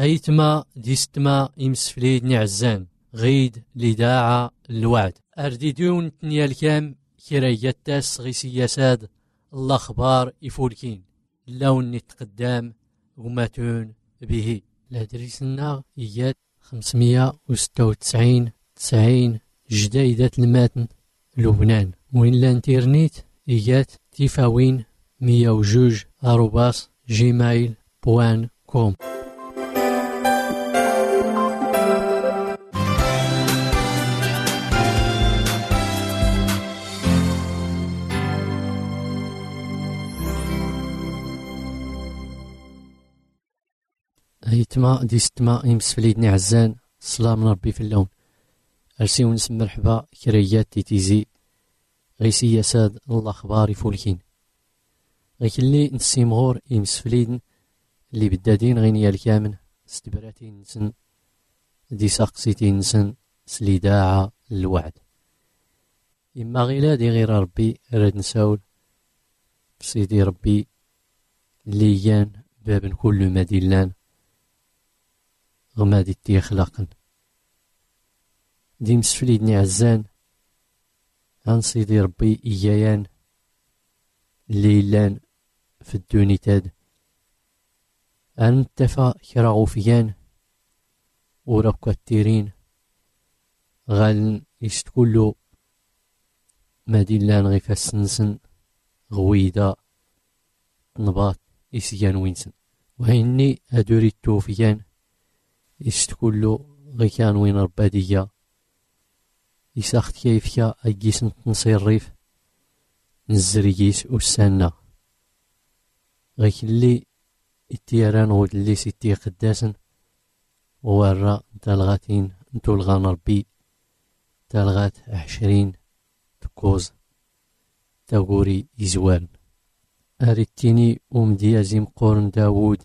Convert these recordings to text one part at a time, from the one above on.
هيتما ديستما يمسفليد نعزان غيد لداعة الوعد أرديدون تنيا الكام كريتاس غي سياساد الأخبار يفولكين اللون نتقدام وماتون به لادريسنا إيات 596 90 جديدة الماتن لبنان وين لانترنت إيات تيفاوين 102@gmail.com. هيتما ديستما يمسفليدني عزان الصلاة من ربي في اللون أرسي ونسم مرحبا كريات تيتيزي غي سياساد الأخبار يفولكين غي كلي نسيمغور يمسفليدن اللي بدادين غينيا الكامن استبراتين نسن دي ساقسيتين نسن سليداعة الوعد إما غيلا دي غير ربي راد نساول بسيدي ربي ليان باب كل مدينان غمادي تي خلاقن دي مسفليدني عزان عن سيدي ربي إيايان ليلان في الدوني تاد أن تفا كراغو فيان ورقا التيرين غالن يستكلو مدينان غيفا السنسن غويدا نباط إسيان وينسن وهيني أدوري التوفيان يستكلو غي كان وين ربادية يساخت كيفيا أجيس نصير ريف نزريجيس أسانا غي كلي التيران غود اللي سيتي قداسن وورا تالغاتين نتو الغان ربي تالغات 20 تكوز تاغوري يزوان أريتيني ومديازيم قورن داوود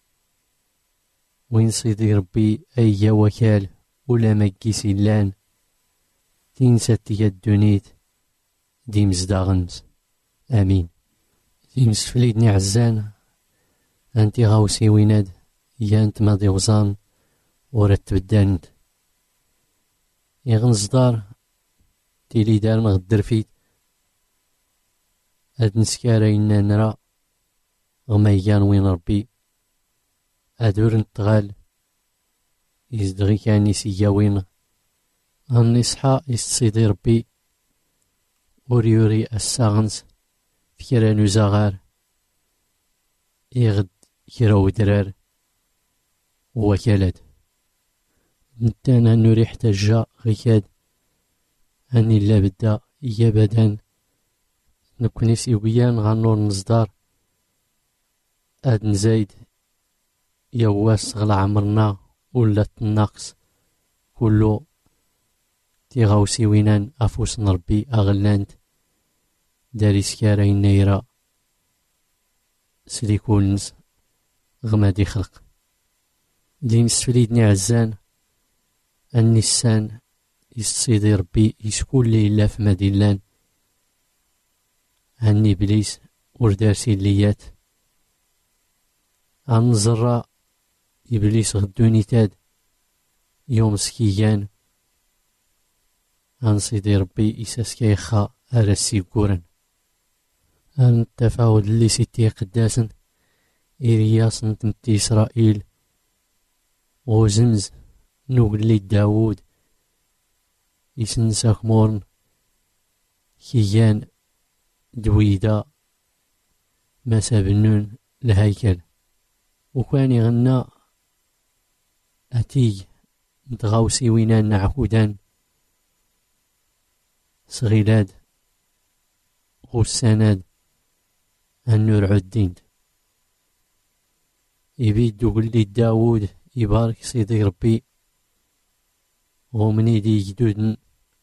وين سيدي ربي أي وكال ولا مجيسي لان تنسى تيدونيت ديمز داغنز آمين ديمز فليدني عزان أنتي غاوسي ويناد يانت ماضي غزان ورتب الدانت يغنز دار تيلي دار مغدر فيت هاد نسكارا إنا نرى غميان وين ربي أدور نتغال يزدغي كان يسياوين النصحى يستصيدي ربي وريوري الساغنس فكرا نزاغار يغد كراو درار وكالات نتانا نوري حتاجا غيكاد هاني لا بدا إيا بدان نكوني سيويان غنور نصدار اد نزايد يواس غلا عمرنا ولا النقص كله تيغاوسي وينان أفوس نربي أغلانت داري سكارا ينايرا سليكولنس غمادي خلق دين سفليدني عزان النسان يستصيدي ربي يسكول لي إلا في مدينان هني بليس وردارسي الليات عن زرا إبليس غدوني تاد يوم سكيان عن سيدي ربي إساس كيخا أرسي كورن عن التفاوض اللي سيتي قداسن إرياس نتمتي إسرائيل وزمز نوغلي داوود يسنساك مورن كيان دويدا مسا بنون الهيكل وكان يغنى أتي نتغاوسي وينان نعهودان صغيلاد غساناد النور عدين يبيد قلي داوود يبارك سيدي ربي ومني دي جدود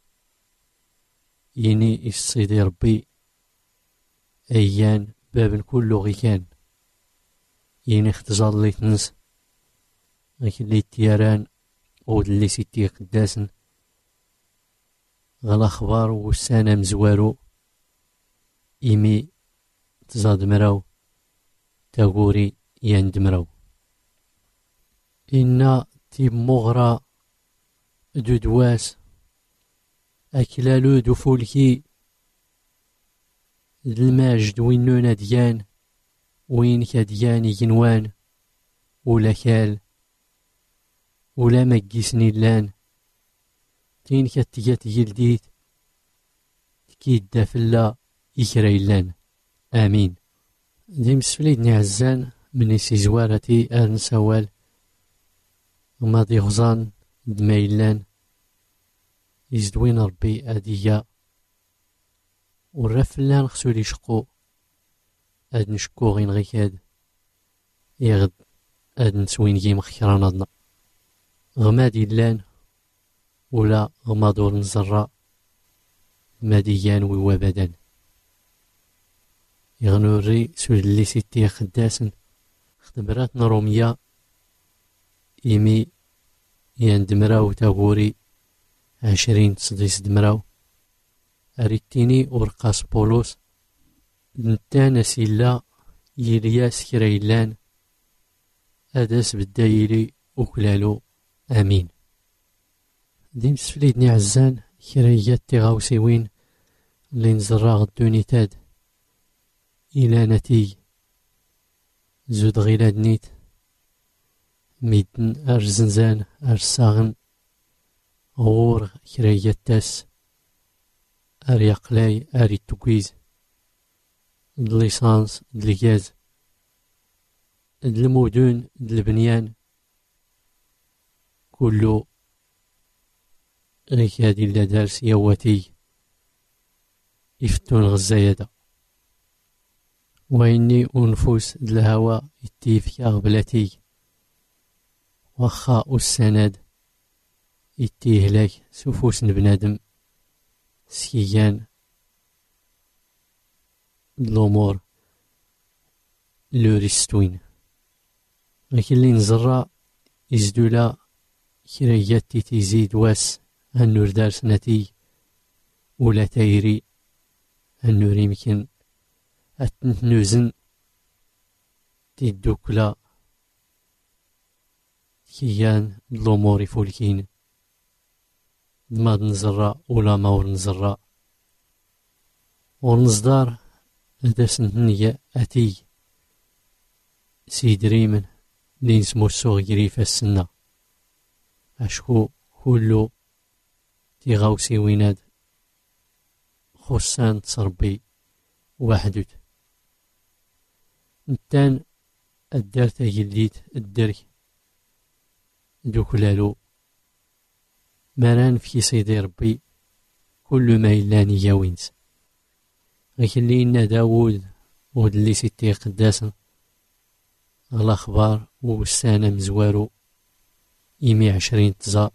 يني سيدي ربي أيان باب كل غيكان يني اختزال لي تنس غيك اللي تياران ود اللي سيتي قداسن غلا خبار وسانا مزوارو إيمي تزاد مراو تاغوري ياند مراو إن تيب مغرى دودواس أكلالو دفولكي الماجد وينونا ديان وين كديان ينوان ولا كال ولا مجيسني لان تين كتجات يلديت تكيد دافلا يكري لان آمين. دي مسفليدني عزان من زوارتي أرن سوال وماضي غزان دمايلان يزدوين ربي أدية والرفلان خسولي شقو أد نشكو غين غيكاد يغد أد نسوين جيم خيرانضنا غمادي لان ولا غمادور نزراء ماديان ووابدان يغنوري سود اللي ستي خداسن خدمرات نروميا إيمي يندمراو تاغوري 20 صديس دمراو أريتيني ورقاس بولوس نتانا سيلا يلياس كريلان أداس بالدايلي وكلالو آمين. ديم سفليدني عزان كريات تغاوسيوين اللي نزرا غدوني تاد إلى نتيج زود غيلاد نيت ميدن أرزنزان أرساغن غور كريات تاس أريقلاي أري التوكيز الليسانس الغاز المدن البنيان كله غيك هادي لا دارس يواتي يفتون غزايدة وإني أنفس الهوى يتيف يغبلتي وخا السند يتيه لك سفوس بنادم سكيان الأمور لوريستوين لكن اللي نزرع يزدولا كرياتي تزيد واس النور دار سنتي ولا تايري النور يمكن أتنوزن تيدوكلا كيان الأمور فولكين دماد نزرع ولا مور نزرع ونصدار أداس نية أتي سيدريمن لين سمو الصغيري في السنة أشكو كلو تيغاوسي ويناد خصان تصربي وحدود نتان الدارتا يليت الدرك دوكلالو مران في سيدي ربي كل ما إلاني ياوينس لكن لينا داود ودلي ستي قداسا الأخبار والسانة مزوارو إيمي 20 تزا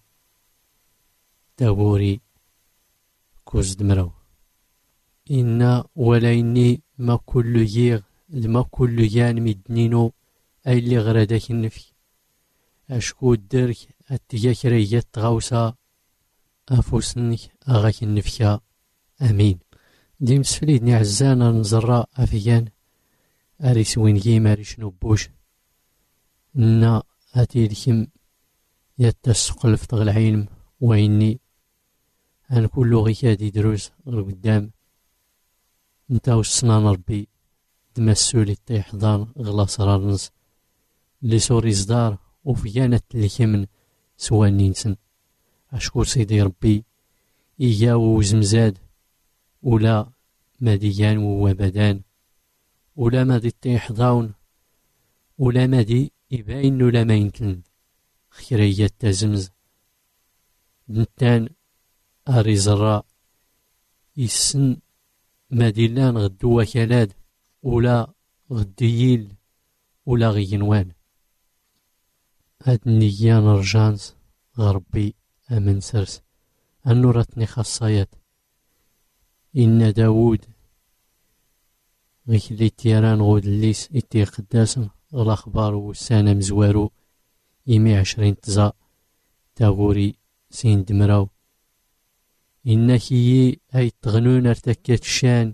داوري كوز دمراو إنا ولا إني ما كل يغ ما كل يان مدنينو أي اللي غرداك النفي أشكو الدرك أتياك ريات غوسا أفوسنك أغاك النفيا آمين. ديم سفليدني عزانا نزراء أفيان أريس وين جيم أريش نبوش إنا هاتي لكم يتسقل في العلم وإني أن كل غيكادي دروس غير قدام نتاو السنان ربي دمسولي التيحضان غلا صرارنس اللي سوري صدار وفيانة اللي كمن سوى نينسن أشكو سيدي ربي إياه وزمزاد ولا ماديان ووابدان ولا مادي التيحضاون ولا مادي يباين ولا ما يمكن خيريات تزمز نتان أري زراء يسن ماديلان غدو وكالاد ولا غدييل ولا غينوان هاد النيان رجانس غربي أمن سرس أنو راتني خاصايات إن داود غيك اللي تيران غود الليس إتي قداسن الأخبار والسانة مزوارو إيمي 20 تزا تاغوري سين دمراو إن كي أي تغنون ارتكات الشان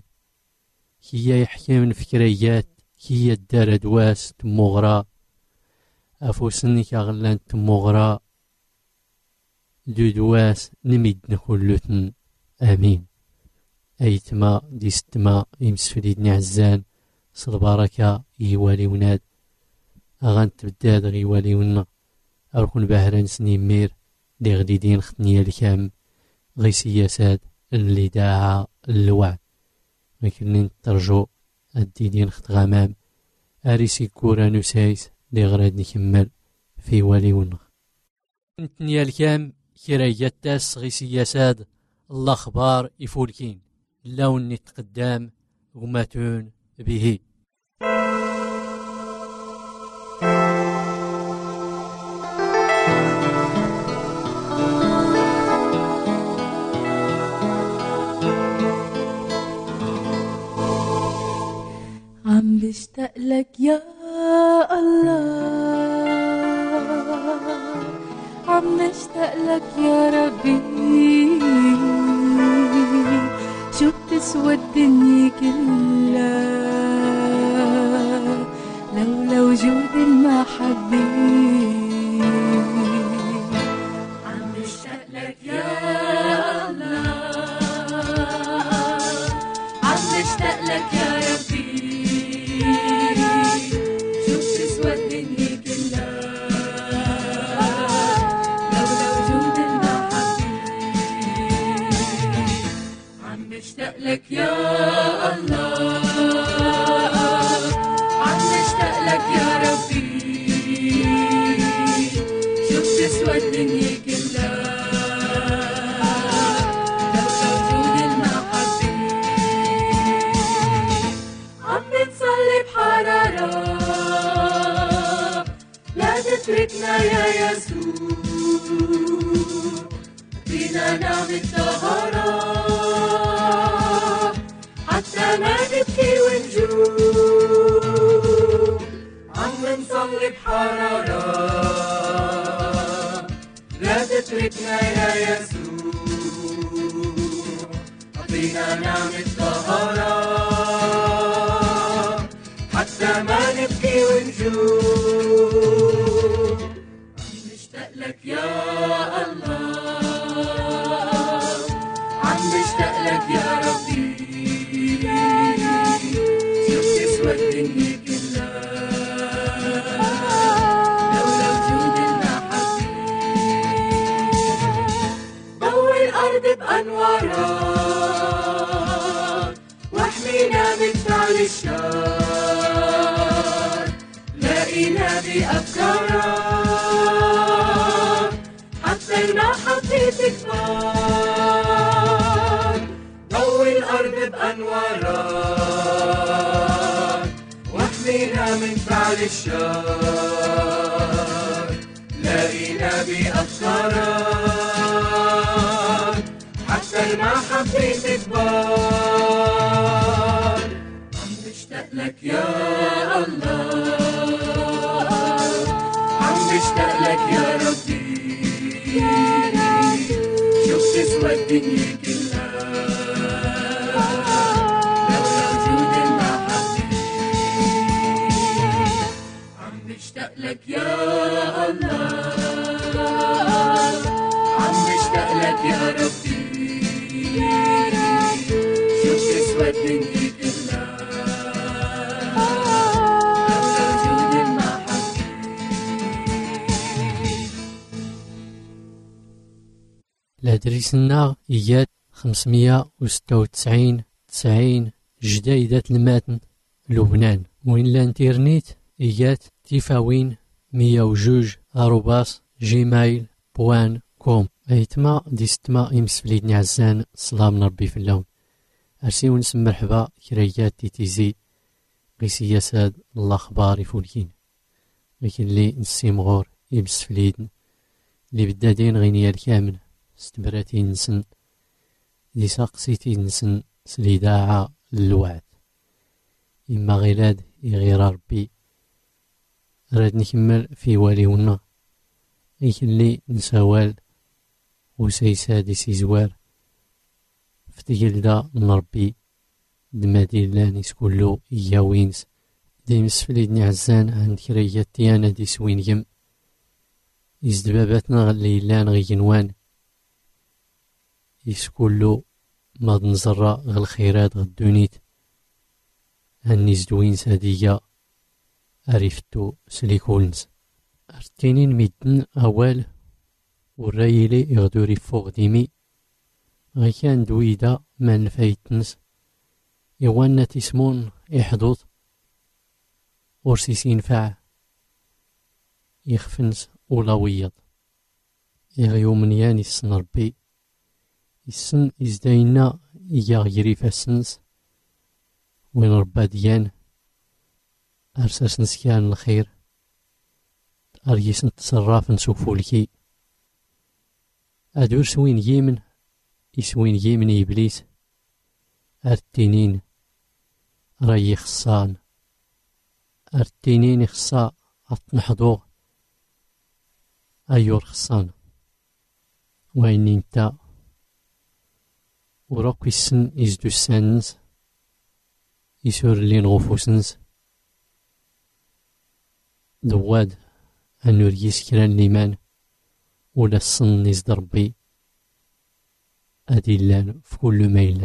كي يحكي من فكريات كي الدار دواس تمغرا أفوسني كغلان تمغرا دودواس نميد نخلوتن آمين. أيتما ديستما يمسفليدني عزان صد بركة يوالي وناد أغان تبداد غيوالي ونا أركن بهران سنيمير دي غديدين ختنيا الكام غي سياسات اللي داعا اللوعد مكنين ترجو الديدين خت غمام أريسي كورا نسايس دي غراد نكمل في والي ونغ نتنيا الكام كرايات تاس غي سياسات الأخبار يفولكين اللون نتقدام غماتون به. عم بشتاق لك يا الله، عم بشتاق لك يا ربي، شو بتسوى الدنيا كلها لولا وجود المحبة. عم بشتاق لك يا الله، عم بشتاق لك يا ربي، شو بتسوى الدنيا كلها لولا وجود المحبة. عم بشتاق لك يا الله، عم بشتاق لك يا ربي، شو بتسوى الدنيا كلها لولا وجود المحبة. عم بنصلي بحرارة لا تتركنا يا يسوع، فينا نعمة طهارة حتى ما نبكي ونجوع. عم نصلي بحرارة لا تتركنا يا يسوع، أعطينا نعمة طهارة حتى ما نبكي ونجوع. عم نشتاق لك يا الله، عم نشتاق لك يا ربي، شو بتسوى الدنيا كلها لولا وجود المحبة. ضوي الأرض بأنوارها واحمينا من فعل الشر، لاقينا بأفكارك حتى المحبة تكبر. ضوي الأرض بأنوارك واحمينا من فعل الشر، لاقينا بأفكارك حتى المحبة تكبر. عم بشتاق لك يا الله، عم بشتاق لك يا ربي، شو بتسوى الدنيا كلها لولا وجود المحبة. عم بشتاق لك يا الله، عم بشتاق لك يا ربي، شو بتسوى الدنيا كلها لولا وجود المحبة. لادريسنا إيات 596 90 جديدة الماتن لبنان. وين الانترنت إيات تيفاوين 102@gmail.com. أيتما ديستما يمسفليدني عزان صلام ربي في اللون. أرسيو نسم مرحبا كريات دي تيزي غي سياسات الأخبار يفولكين، لكن اللي نسيمغور يمسفليدن اللي بدادين غينيا الكامل استبراتي نسن دي ساقسيتي نسن سليداعة اللوعد. إما غيلاد يغير ربي راد نكمل في واليونا غيك اللي نسوال وسيسادي سيزوار فتقلدا نربي دمادي لانيس كلو إياوينس دي مسفليدني عزان عند كريات تيانا دي سوينيم إزدباباتنا غلي لان غينوان يسكولو ما نزرع غالخيرات غدونيت هني زدوين سادية عرفتو سليكولنس ارتينين ميدن أوال والرايلي يغدوري فوق ديمي غيكان دويدا من الفايتنس يوانا تسمون إحدوث ورسيس ينفع يخفنس ولا ويض يغيومنيان يسن ربي يسن إزداينا يغيري فاسنس وين ربا ديان أرساس نسكان الخير أريسن تصرف نسوفولكي أدور سوين يمن يسوين يمن إبليس أرتينين راي خصان أرتينين خصا أطنحضو أيور خصان وين انتا وراكو السن إزدو السانس يسور لين غفوسنس دواد أنور يسكران ليمان ولا الصن يزد ربي أدلان في كل ميلان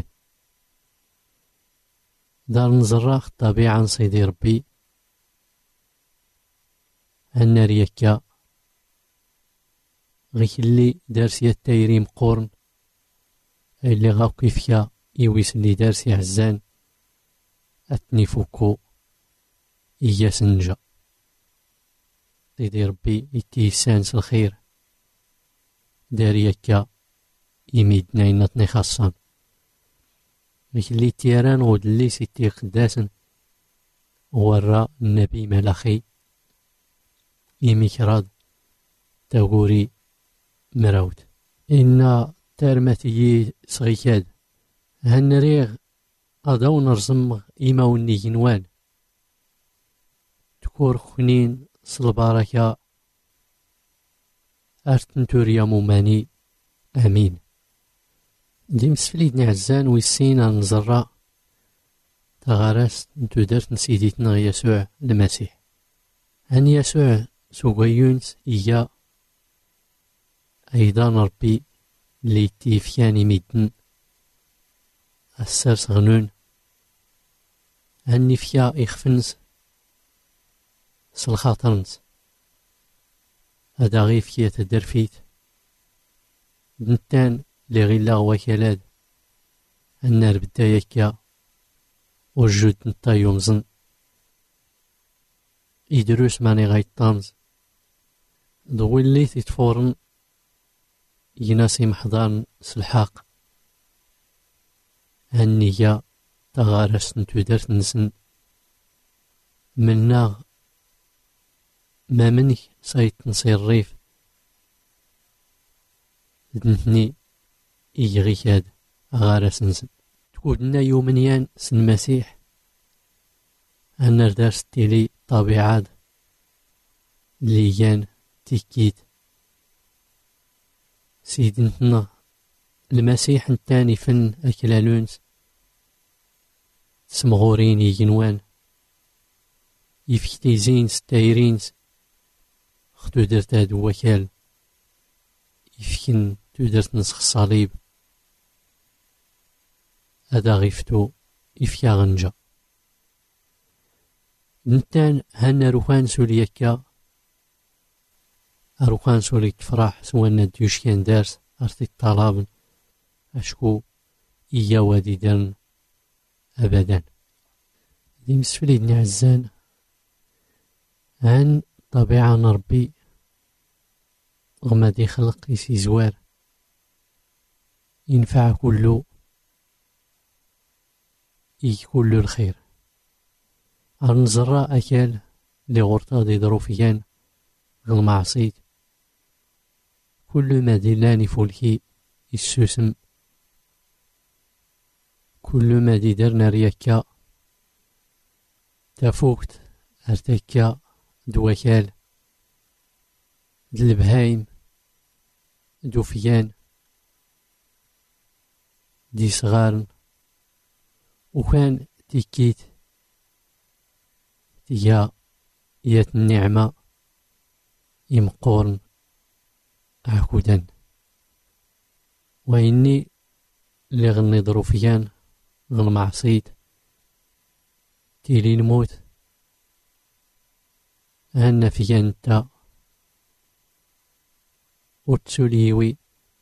دار نزراخ طبيعا صيدي ربي النار يكا غيك اللي دارسي التايري مقورن اللي غاو كيفيا يويس اللي دارسي عزان أتني فوكو إيا سنجا صيدي ربي يتيسانس الخير داري يكا يميدنا ينطني خاصان مش اللي تيران غود اللي سيتي قداسن ورا النبي ملاخي يميكراد تاغوري مراود إن تارماتي صغيكاد هنريغ أضاو نرزم إيماوني جنوان تكور خنين صلباركا أرتنتوريا موماني أمين ديم سفليد نعزان ويسين نزرع تغارس نتو درت نسيديتنا يسوع المسيح هن يسوع سوغيونس إيا أيضا ربي اللي تيفياني ميدن السرس غنون هني فيا إخفنس سلخاطرنس هذا غي فيا تدرفيت دنتان لي غيلا وكالاد النار بداية كا وجود نتا يومزن يدروس ماني غايطانز دويلي تتفورن يناسي محضان سلحاق هنيا تغارس نتو درت نسن مناغ ما منك سايت نصير ريف دنتني إيغيكاد غارس نسن تقولنا يومنيان سن مسيح أنا درس تيلي طبيعات ليان تيكيت سيدنتنا المسيح التاني فن أكلالونس سمغورين يجنوان يفكتيزين ستايرينس ختو درت هاد وكال يفكن تودرت نسخ الصليب هذا غيفتو يفيا غنجا نتان هانا روحان سوليكا روحان سولي تفرح سوانا ديوش كان دارس ارتي الطلاب اشكو إيا وادي درن أبدا دي مسفلي دني عزان عن طبيعة ربي غمادي خلق يسي زوار ينفع كله كله الخير النزرة أكال لي غورتا دي ظروفيان غل معصيت كل ما ديلاني فولكي السوسم كل ما دي درنا ريكا تفوكت ارتكا دواكال دالبهايم دوفيان دي صغارن وكان تيكيت تيا يات النعمة يمقورن عكودا وإني اللي غني ظروفيان غنمعصيت تيلي نموت هنا فيان انت وتسوليوي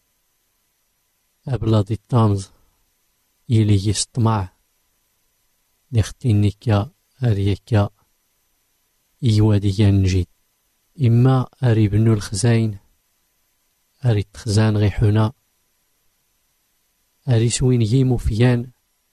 أبلادي الطامز يلي يستمع لختينيكا أريكا إيوادي نجيد إما أري بنو الخزاين أري تخزان غيحونا أري سوين يمو فيان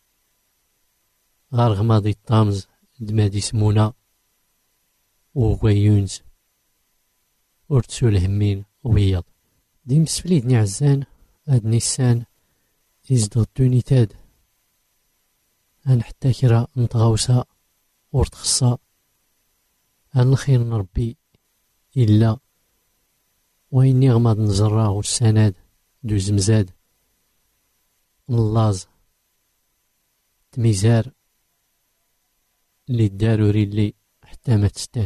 غار غماضي الطامز دمادي سمونا وغويونز ورتسو الهمين وياض دي مسفليد نعزان هاد نيسان إزدغ الدوني تاد أن حتى كرا نتغوصا ورتخصا أن الخير نربي إلا وإني غماض نزرا والسند دو زمزاد نلاز تميزار اللي الداروري اللي حتى ما تستان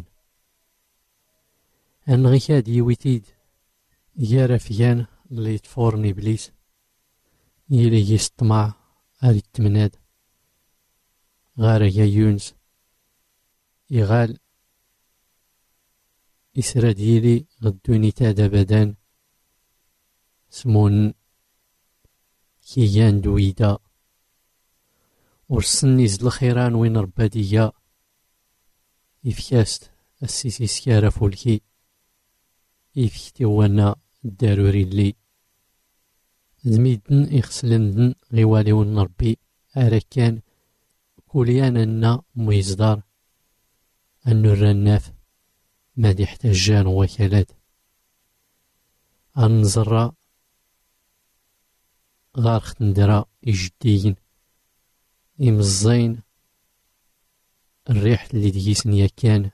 أن غيكاد يويتيد يارا فيان اللي تفورني بليس يلي يستمع هذه التمناد غارة يونس يغال إسراد يلي غدوني تاد أبدا سمون كيان دويدا ورسني زل خيران وين ربادية إفكاست السيسي سكارة فولكي إفكتي وانا الداروري اللي زميدن إخسلندن غيوالي ونربي أراكان كوليان أن ميزدار أنو الرناف ما يحتاجان وكالات أنزرا غار ختندرا إجديين إمزين الريح اللي ديسني كان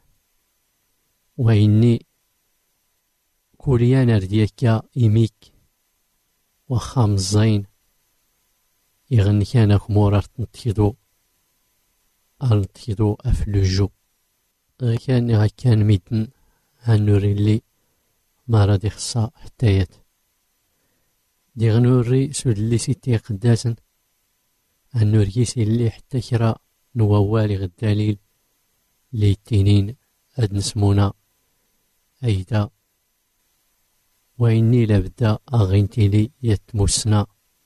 وإني كوليان أرديكا إميك وخام الزين يغني كان خمورة نتيدو أرنتيدو أفلوجو غكان ميدن هنوري اللي ما رادي خصا حتايات دي غنوري سود اللي سيتي قداسن هنوريسي اللي حتى كرا نووالي غداليل لي تينين أد نسمونا أيدا وإني لابدا أغينتيلي يتموسنا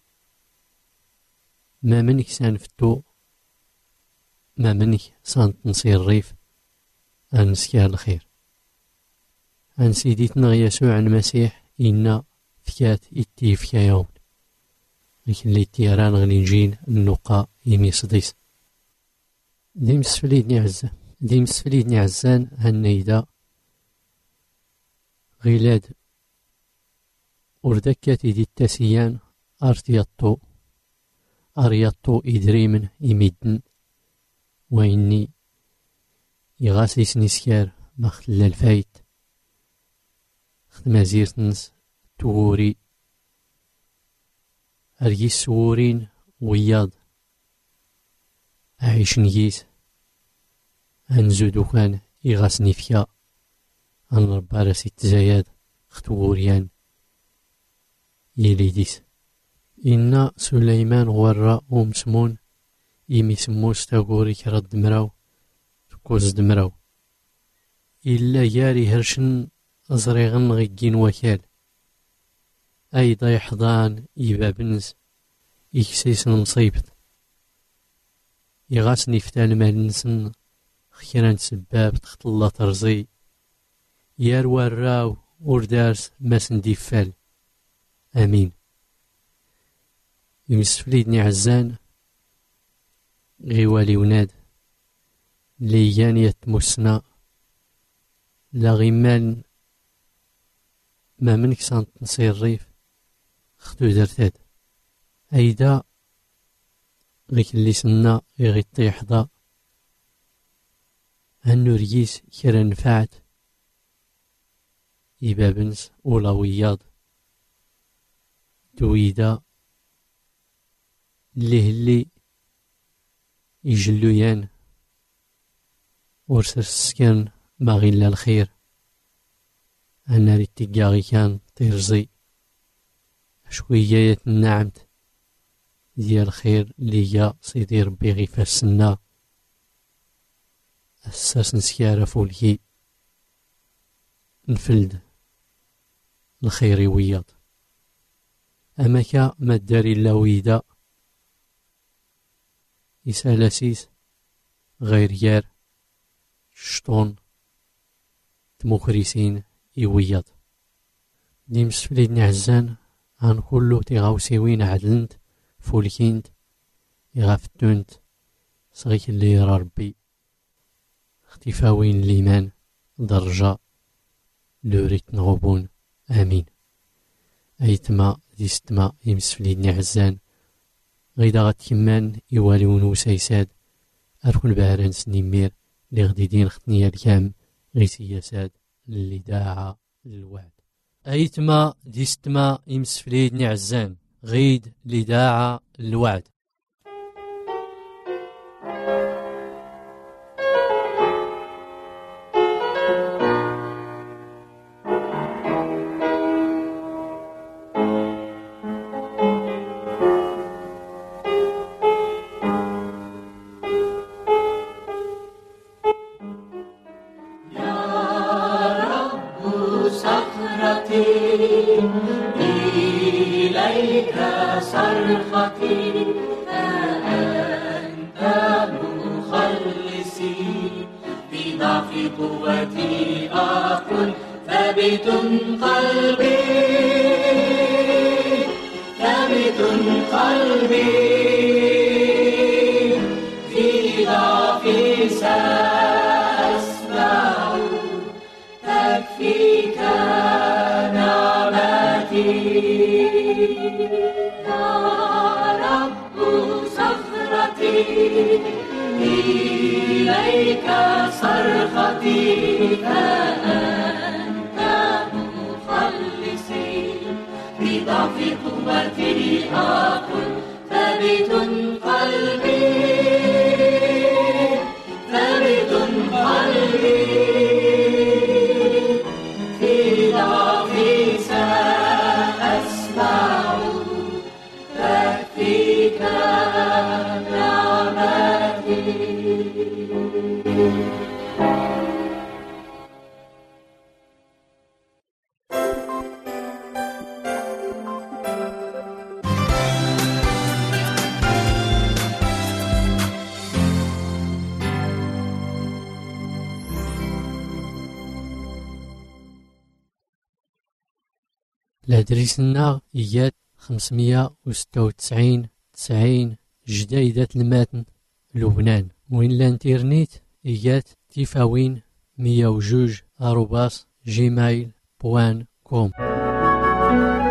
ما منك سانفتو ما منك سانت نصير الريف أنسكار الخير أن سيديتنا يسوع المسيح إنا فكات إتي فكا يوم لكن اللي تيران غنينجين النقا يمي صديس ديم سفليدني عزان هالنيدا غيلاد وردكات إدي التاسيان أرياطو إدريمن إميدن وإني يغاسي سنسكار مخلال الفايت خدما زيرتنس توري أريس سورين وياض أعيش نجيس أنزودو كان يغاسني فيا أن ربارسي تزايد ختوريان يليديس إن سليمان غورا ومسمون إمي سموس تاغوري كرد دمراو تكوز دمراو إلا ياري هرشن أزريغن غيجين وكال أيضا يحضان إبابنز إكسيس نصيبت يغاسني فتال مالنسن خيران سباب تخت الله ترزي يار وراو وردارس ماسن ديفال آمين يمسفليدني عزان غيوالي وناد ليان يتمسنا لا غيمان ما منك سانت نصير الريف خدو درتاد أيدا غيك اللي سنا يغيطي حدا هنوريس كرا نفعت إبابنس ولا وياض دويدا اللي يجلويان ورسر السكان ما غيلا الخير أنا ريتيقاغي كان تيرزي شوية النعمت ديال الخير ليا سيدي ربي غيفاسنا أساس نسيارة فولكي نفلد الخير وياض أماكا ما داري لا ويدا يسالاسيس غير يار شطون تموكريسين يويض ديم سفليدني عزان عن كلو تيغاوسيوين عدلنت فولكينت يغافتونت صغيك اللي يرى ربي اختفاوين ليمان درجة لوريت نغبون آمين أيتما ديستما يمسفليدني عزان غيدا غتكمان يواليون وسيساد أركن بهران سنيمير لغديدين ختنيا الكام غي سياسات اللي داعا للوعد أيتما ديستما يمسفليدني عزان غيد لداعا للوعد إليك صرختي فأنت مخلصي بضعف قوتي أقول ثابت قلبي في ضعفي سأسمع تكفيك يا رب صخرتي إليك صرختي فأنت مخلصي بضعف قوتي أقول ثابت قلبي في ضعفي سأسمع تكفيك نعمتي. الأدريسنا إيات 596 90 جديدة الماتن لبنان وين الانترنت إيات تيفاوين 102 @gmail.com